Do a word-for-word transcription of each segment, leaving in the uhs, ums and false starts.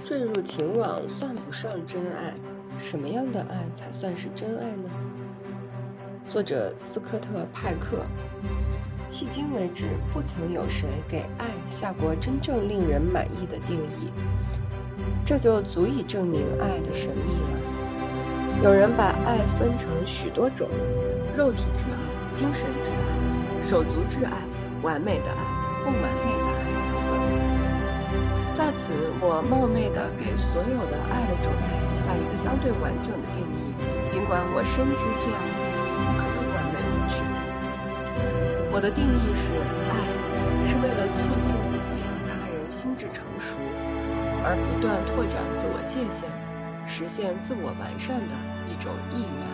坠入情网算不上真爱，什么样的爱才算是真爱呢？作者斯科特·派克。迄今为止，不曾有谁给爱下过真正令人满意的定义，这就足以证明爱的神秘了。有人把爱分成许多种：肉体之爱、精神之爱、手足之爱、完美的爱、不完美的爱等等。在此，我冒昧地给所有的爱的种类下一个相对完整的定义，尽管我深知这样的定义不可能完美无缺。我的定义是，爱是为了促进自己和他人心智成熟，而不断拓展自我界限，实现自我完善的一种意愿。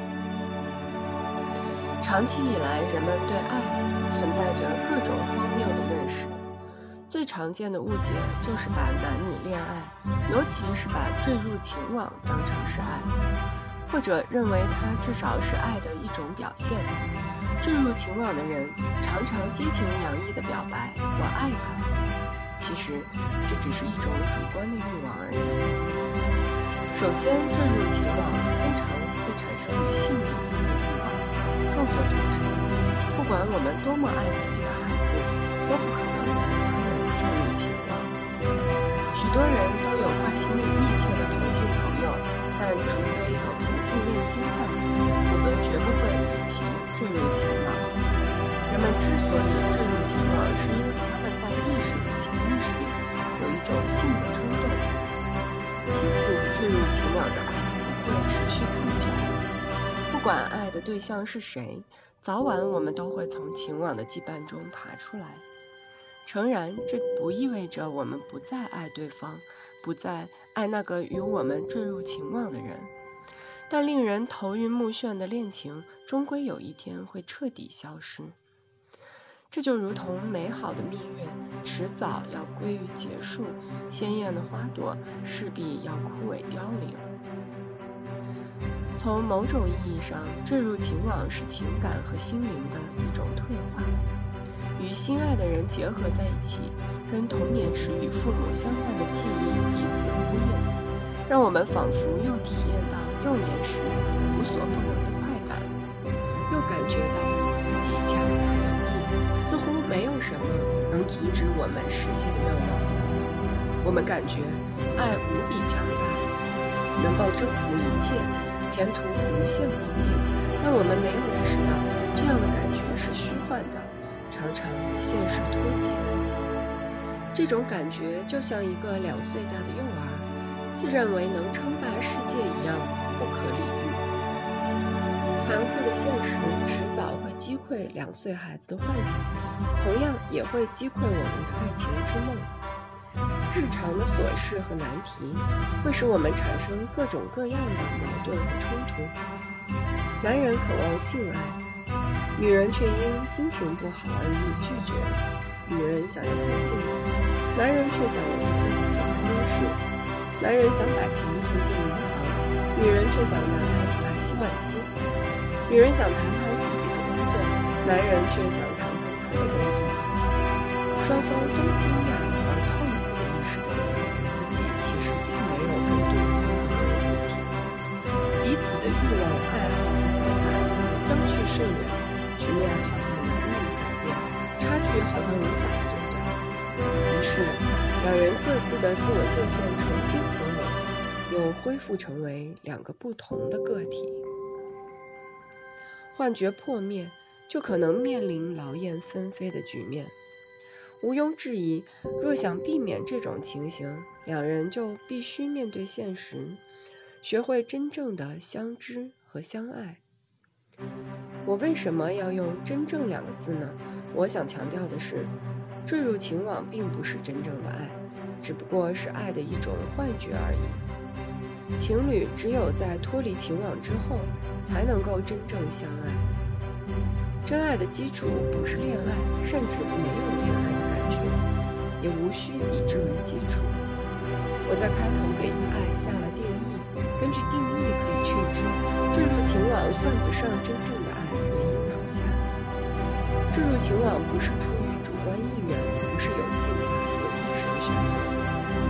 长期以来，人们对爱存在着各种荒谬的认识。最常见的误解就是把男女恋爱，尤其是把坠入情网当成是爱，或者认为它至少是爱的一种表现。坠入情网的人常常激情洋溢地表白“我爱他”，其实这只是一种主观的欲望而已。首先，坠入情网通常会产生与性有关的欲望。众所周知，不管我们多么爱自己的孩子，都不可能让他们坠入情网。许多人都有关系密切的同性朋友，但除非有同性恋倾向，否则绝不会与其坠入情网。人们之所以坠入情网，是因为他们在意识和潜意识里有一种性的冲动。其次，坠入情网的爱不会持续太久。不管爱的对象是谁，早晚我们都会从情网的羁绊中爬出来。诚然，这不意味着我们不再爱对方，不再爱那个与我们坠入情网的人，但令人头晕目眩的恋情终归有一天会彻底消失。这就如同美好的蜜月迟早要归于结束，鲜艳的花朵势必要枯萎凋零。从某种意义上，坠入情网是情感和心灵的一种退化，与心爱的人结合在一起，跟童年时与父母相伴的记忆彼此呼应，让我们仿佛又体验到幼年时无所不能的快感，又感觉到自己强大有力，似乎没有什么能阻止我们实现愿望。我们感觉爱无比强大，能够征服一切，前途无限光明，但我们没有意识到这样的感觉是虚幻的，常常与现实脱节。这种感觉就像一个两岁大的幼儿，自认为能称霸世界一样不可理喻。残酷的现实迟早会击溃两岁孩子的幻想，同样也会击溃我们的爱情之梦。日常的琐事和难题会使我们产生各种各样的矛盾和冲突。男人渴望性爱，女人却因心情不好而予以拒绝。女人想要看电影，男人却想在家里看电视。男人想把钱存进银行，女人却想拿来买洗碗机。女人想谈谈自己的工作，男人却想谈谈他的工作。双方都惊讶而痛苦地意识到，自己其实并没有跟对方合为一体，彼此的欲望、爱好和想法都相去甚远，局面好像难以改变，差距好像无法缩短。于是，两人各自的自我界限重新合拢，又恢复成为两个不同的个体。幻觉破灭，就可能面临劳燕分飞的局面。毋庸置疑，若想避免这种情形，两人就必须面对现实，学会真正的相知和相爱。我为什么要用真正两个字呢？我想强调的是，坠入情网并不是真正的爱，只不过是爱的一种幻觉而已。情侣只有在脱离情网之后，才能够真正相爱。真爱的基础不是恋爱，甚至没有恋爱的感觉，也无需以之为基础。我在开头给爱下了定义，根据定义可以确知，坠入情网算不上真正的爱，原因如下：坠入情网不是出于主观意愿，不是有计划、有意识的选择。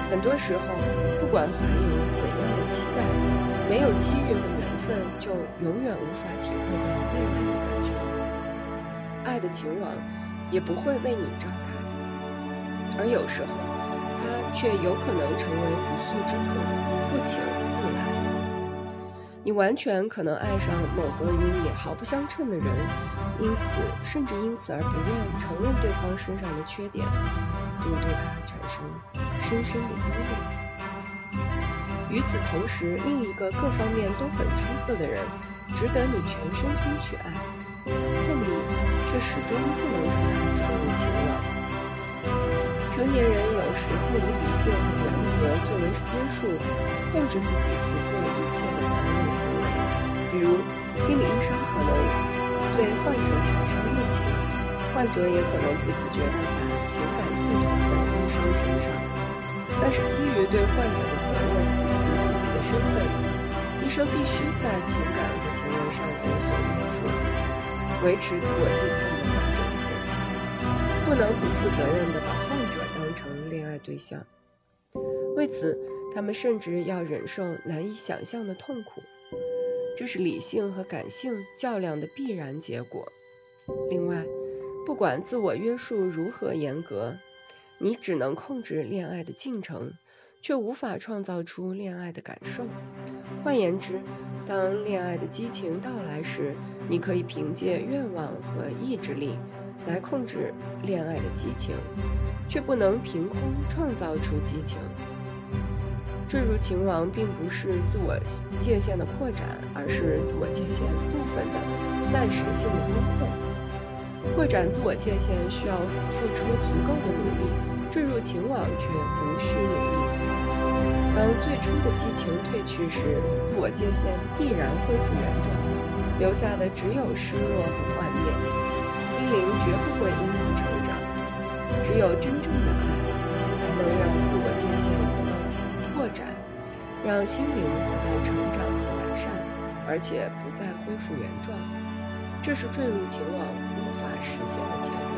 很多时候，不管怀有怎样的期待，没有机遇和缘分，就永远无法体会到恋爱的感觉。爱的情网也不会为你张开，而有时候，它却有可能成为不速之客，不请自来。你完全可能爱上某个与你毫不相称的人，因此甚至因此而不愿承认对方身上的缺点，并对他产生深深的依恋。与此同时，另一个各方面都很出色的人，值得你全身心去爱，但你却始终不能跟他坠入情网。成年人有时会以理性和原则作为约束，控制自己不做一切的狂热行为。比如，心理医生可能对患者产生猎情，患者也可能不自觉地把情感寄托在医生身上，但是基于对患者的责任以及自己的身份，医生必须在情感和行为上有所约束，维持自我界限的完整性，不能不负责任地把患者当成恋爱对象。为此，他们甚至要忍受难以想象的痛苦，这是理性和感性较量的必然结果。另外，不管自我约束如何严格，你只能控制恋爱的进程，却无法创造出恋爱的感受。换言之，当恋爱的激情到来时，你可以凭借愿望和意志力来控制恋爱的激情，却不能凭空创造出激情。坠入情网并不是自我界限的扩展，而是自我界限部分的暂时性的崩溃。扩展自我界限需要付出足够的努力，坠入情网却无需努力。当最初的激情褪去时，自我界限必然恢复原状，留下的只有失落和幻灭，心灵绝不会因此成长。只有真正的爱，才能让自我界限得到扩展，让心灵得到成长和完善，而且不再恢复原状。这是坠入情网无法实现的结果。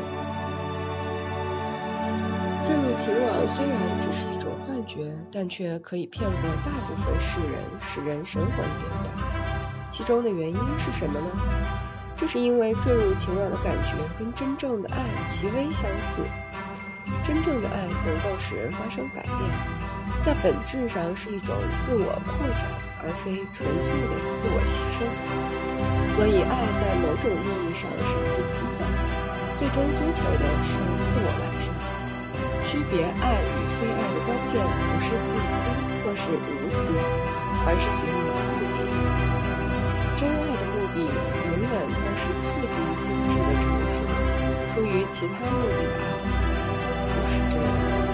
坠入情网虽然只是一种幻觉，但却可以骗过大部分世人，使人神魂颠倒。其中的原因是什么呢？这是因为坠入情网的感觉跟真正的爱极为相似。真正的爱能够使人发生改变，在本质上是一种自我扩展，而非纯粹的自我牺牲。所以爱在某种意义上是自私的，最终追求的是自我完善。区别爱与非爱的关键不是自私或是无私，而是行为的目的。真爱的目的永远都是促进性质的成熟，出于其他目的的爱不是真爱。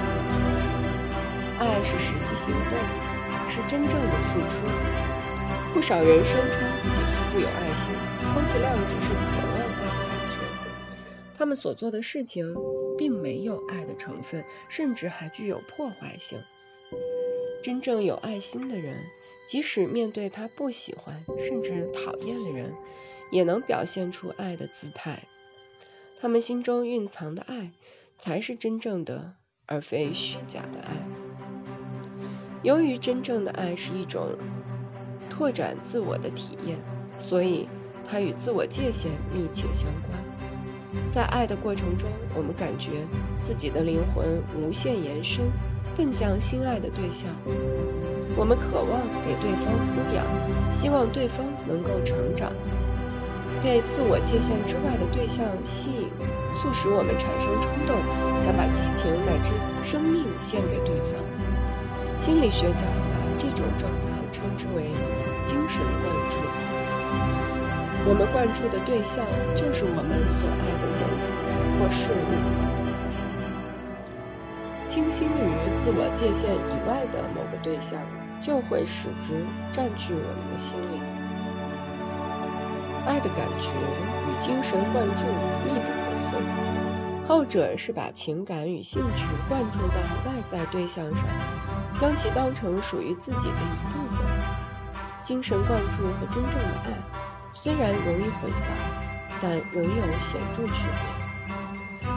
爱是实际行动，是真正的付出。不少人声称自己富有爱心，充其量只是渴望爱的感觉。他们所做的事情并没有爱的成分，甚至还具有破坏性。真正有爱心的人，即使面对他不喜欢甚至讨厌的人，也能表现出爱的姿态。他们心中蕴藏的爱，才是真正的，而非虚假的爱。由于真正的爱是一种拓展自我的体验，所以它与自我界限密切相关。在爱的过程中，我们感觉自己的灵魂无限延伸，奔向心爱的对象。我们渴望给对方滋养，希望对方能够成长。被自我界限之外的对象吸引，促使我们产生冲动，想把激情乃至生命献给对方。心理学家把这种状态称之为精神灌注。我们灌注的对象就是我们所爱的人或事物。倾心于自我界限以外的某个对象，就会使之占据我们的心灵。爱的感觉与精神灌注密不可分，后者是把情感与兴趣灌注到外在对象上，将其当成属于自己的一部分。精神灌注和真正的爱虽然容易混淆，但仍有显著区别。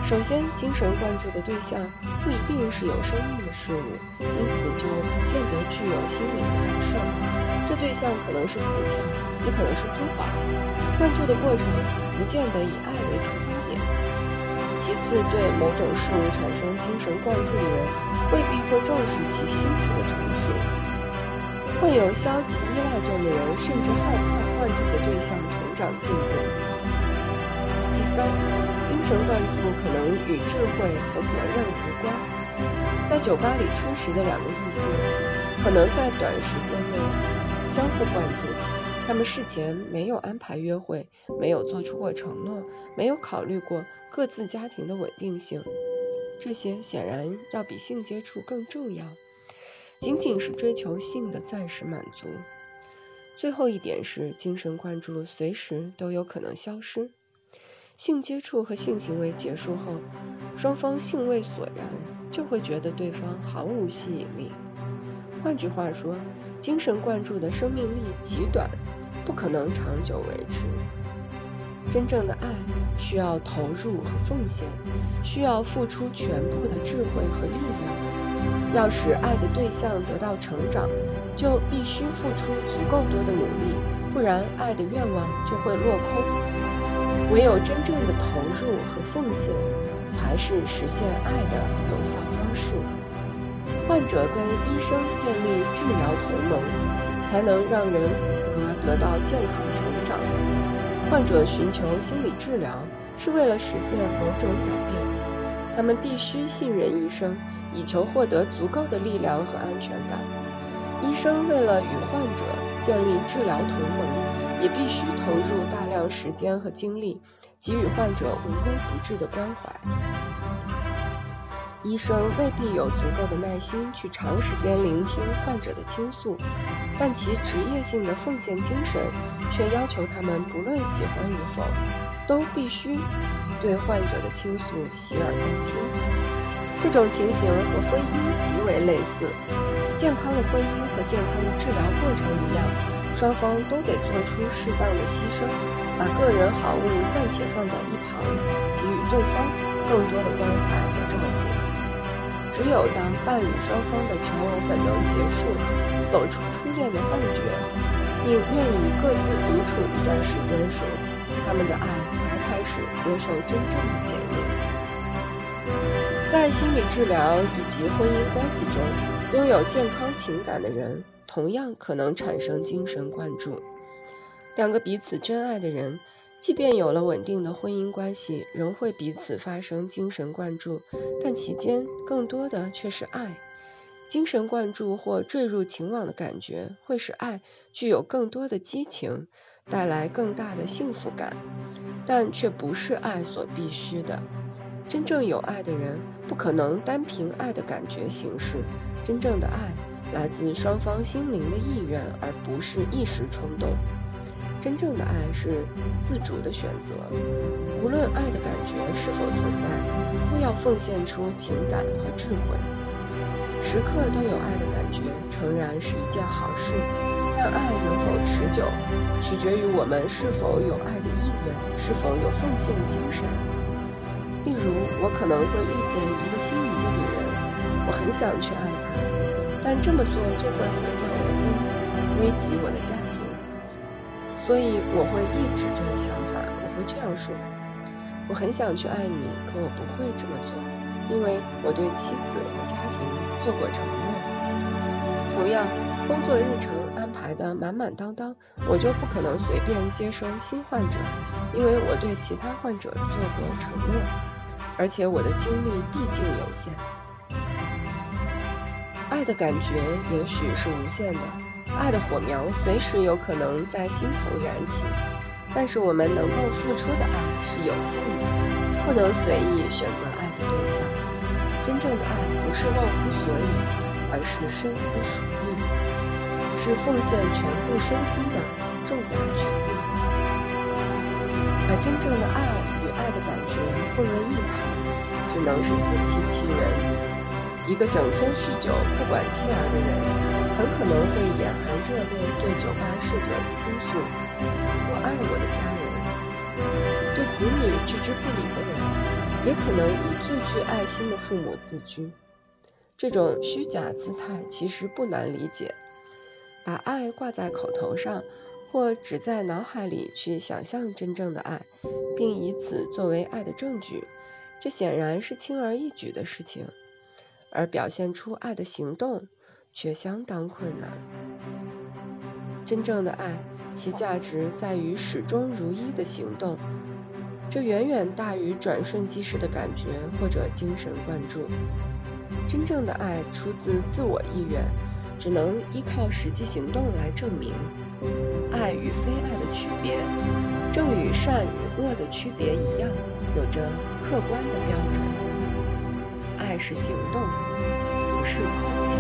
首先，精神灌注的对象不一定是有生命的事物，因此就不见得具有心理的感受。这对象可能是股票，也可能是珠宝。灌注的过程不见得以爱为出发点。其次，对某种事物产生精神灌注的人，未必会重视其心智的成熟。患有消极依赖症的人，甚至害怕灌注的对象成长进步。第三，精神灌注可能与智慧和责任无关。在酒吧里初识的两个异性，可能在短时间内相互灌注，他们事前没有安排约会，没有做出过承诺，没有考虑过各自家庭的稳定性，这些显然要比性接触更重要，仅仅是追求性的暂时满足。最后一点是，精神灌注随时都有可能消失。性接触和性行为结束后，双方兴味索然，就会觉得对方毫无吸引力。换句话说，精神灌注的生命力极短，不可能长久维持。真正的爱需要投入和奉献，需要付出全部的智慧和力量。要使爱的对象得到成长，就必须付出足够多的努力，不然爱的愿望就会落空。唯有真正的投入和奉献，才是实现爱的有效方式。患者跟医生建立治疗同盟，才能让人骨骼得到健康成长。患者寻求心理治疗，是为了实现某种改变。他们必须信任医生，以求获得足够的力量和安全感。医生为了与患者建立治疗同盟，也必须投入大量时间和精力，给予患者无微不至的关怀。医生未必有足够的耐心去长时间聆听患者的倾诉，但其职业性的奉献精神却要求他们不论喜欢与否，都必须对患者的倾诉洗耳恭听。这种情形和婚姻极为类似。健康的婚姻和健康的治疗过程一样，双方都得做出适当的牺牲，把个人好恶暂且放在一旁，给予对方更多的关怀和照顾。只有当伴侣双方的求偶本能结束，走出初恋的幻觉，并愿意各自独处一段时间时，他们的爱才开始接受真正的检验。在心理治疗以及婚姻关系中，拥有健康情感的人同样可能产生精神灌注。两个彼此真爱的人，即便有了稳定的婚姻关系，仍会彼此发生精神灌注，但其间更多的却是爱。精神灌注或坠入情网的感觉，会使爱具有更多的激情，带来更大的幸福感，但却不是爱所必须的。真正有爱的人，不可能单凭爱的感觉行事。真正的爱来自双方心灵的意愿，而不是一时冲动。真正的爱是自主的选择，无论爱的感觉是否存在，都要奉献出情感和智慧。时刻都有爱的感觉，诚然是一件好事，但爱能否持久，取决于我们是否有爱的意愿，是否有奉献精神。例如，我可能会遇见一个心仪的女人，我很想去爱她，但这么做就会毁掉我的婚姻，危及我的家庭。所以我会抑制这个想法，我会这样说：我很想去爱你，可我不会这么做，因为我对妻子和家庭做过承诺。同样，工作日程安排得满满当当，我就不可能随便接收新患者，因为我对其他患者做过承诺，而且我的精力毕竟有限。爱的感觉也许是无限的，爱的火苗随时有可能在心头燃起，但是我们能够付出的爱是有限的，不能随意选择爱的对象。真正的爱不是忘乎所以，而是深思熟虑，是奉献全部身心的重大决定。把真正的爱与爱的感觉混为一谈，只能是自欺欺人。一个整天酗酒不管妻儿的人，很可能会眼含热泪对酒吧侍者倾诉：我爱我的家人， 对子女置之不理的人，也可能以最具爱心的父母自居。这种虚假姿态其实不难理解，把爱挂在口头上，或只在脑海里去想象真正的爱，并以此作为爱的证据，这显然是轻而易举的事情，而表现出爱的行动却相当困难。真正的爱，其价值在于始终如一的行动，这远远大于转瞬即逝的感觉或者精神灌注。真正的爱出自自我意愿，只能依靠实际行动来证明。爱与非爱的区别，正与善与恶的区别一样，有着客观的标准。爱是行动，不是空想。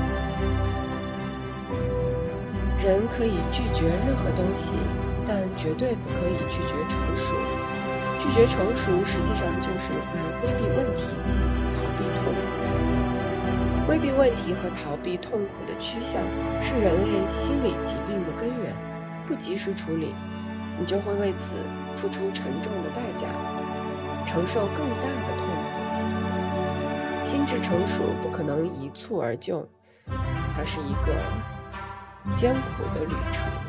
人可以拒绝任何东西，但绝对不可以拒绝成熟。拒绝成熟实际上就是在规避问题，逃避痛苦。规避问题和逃避痛苦的趋向是人类心理疾病的根源，不及时处理，你就会为此付出沉重的代价，承受更大的痛苦。心智成熟不可能一蹴而就，它是一个艰苦的旅程。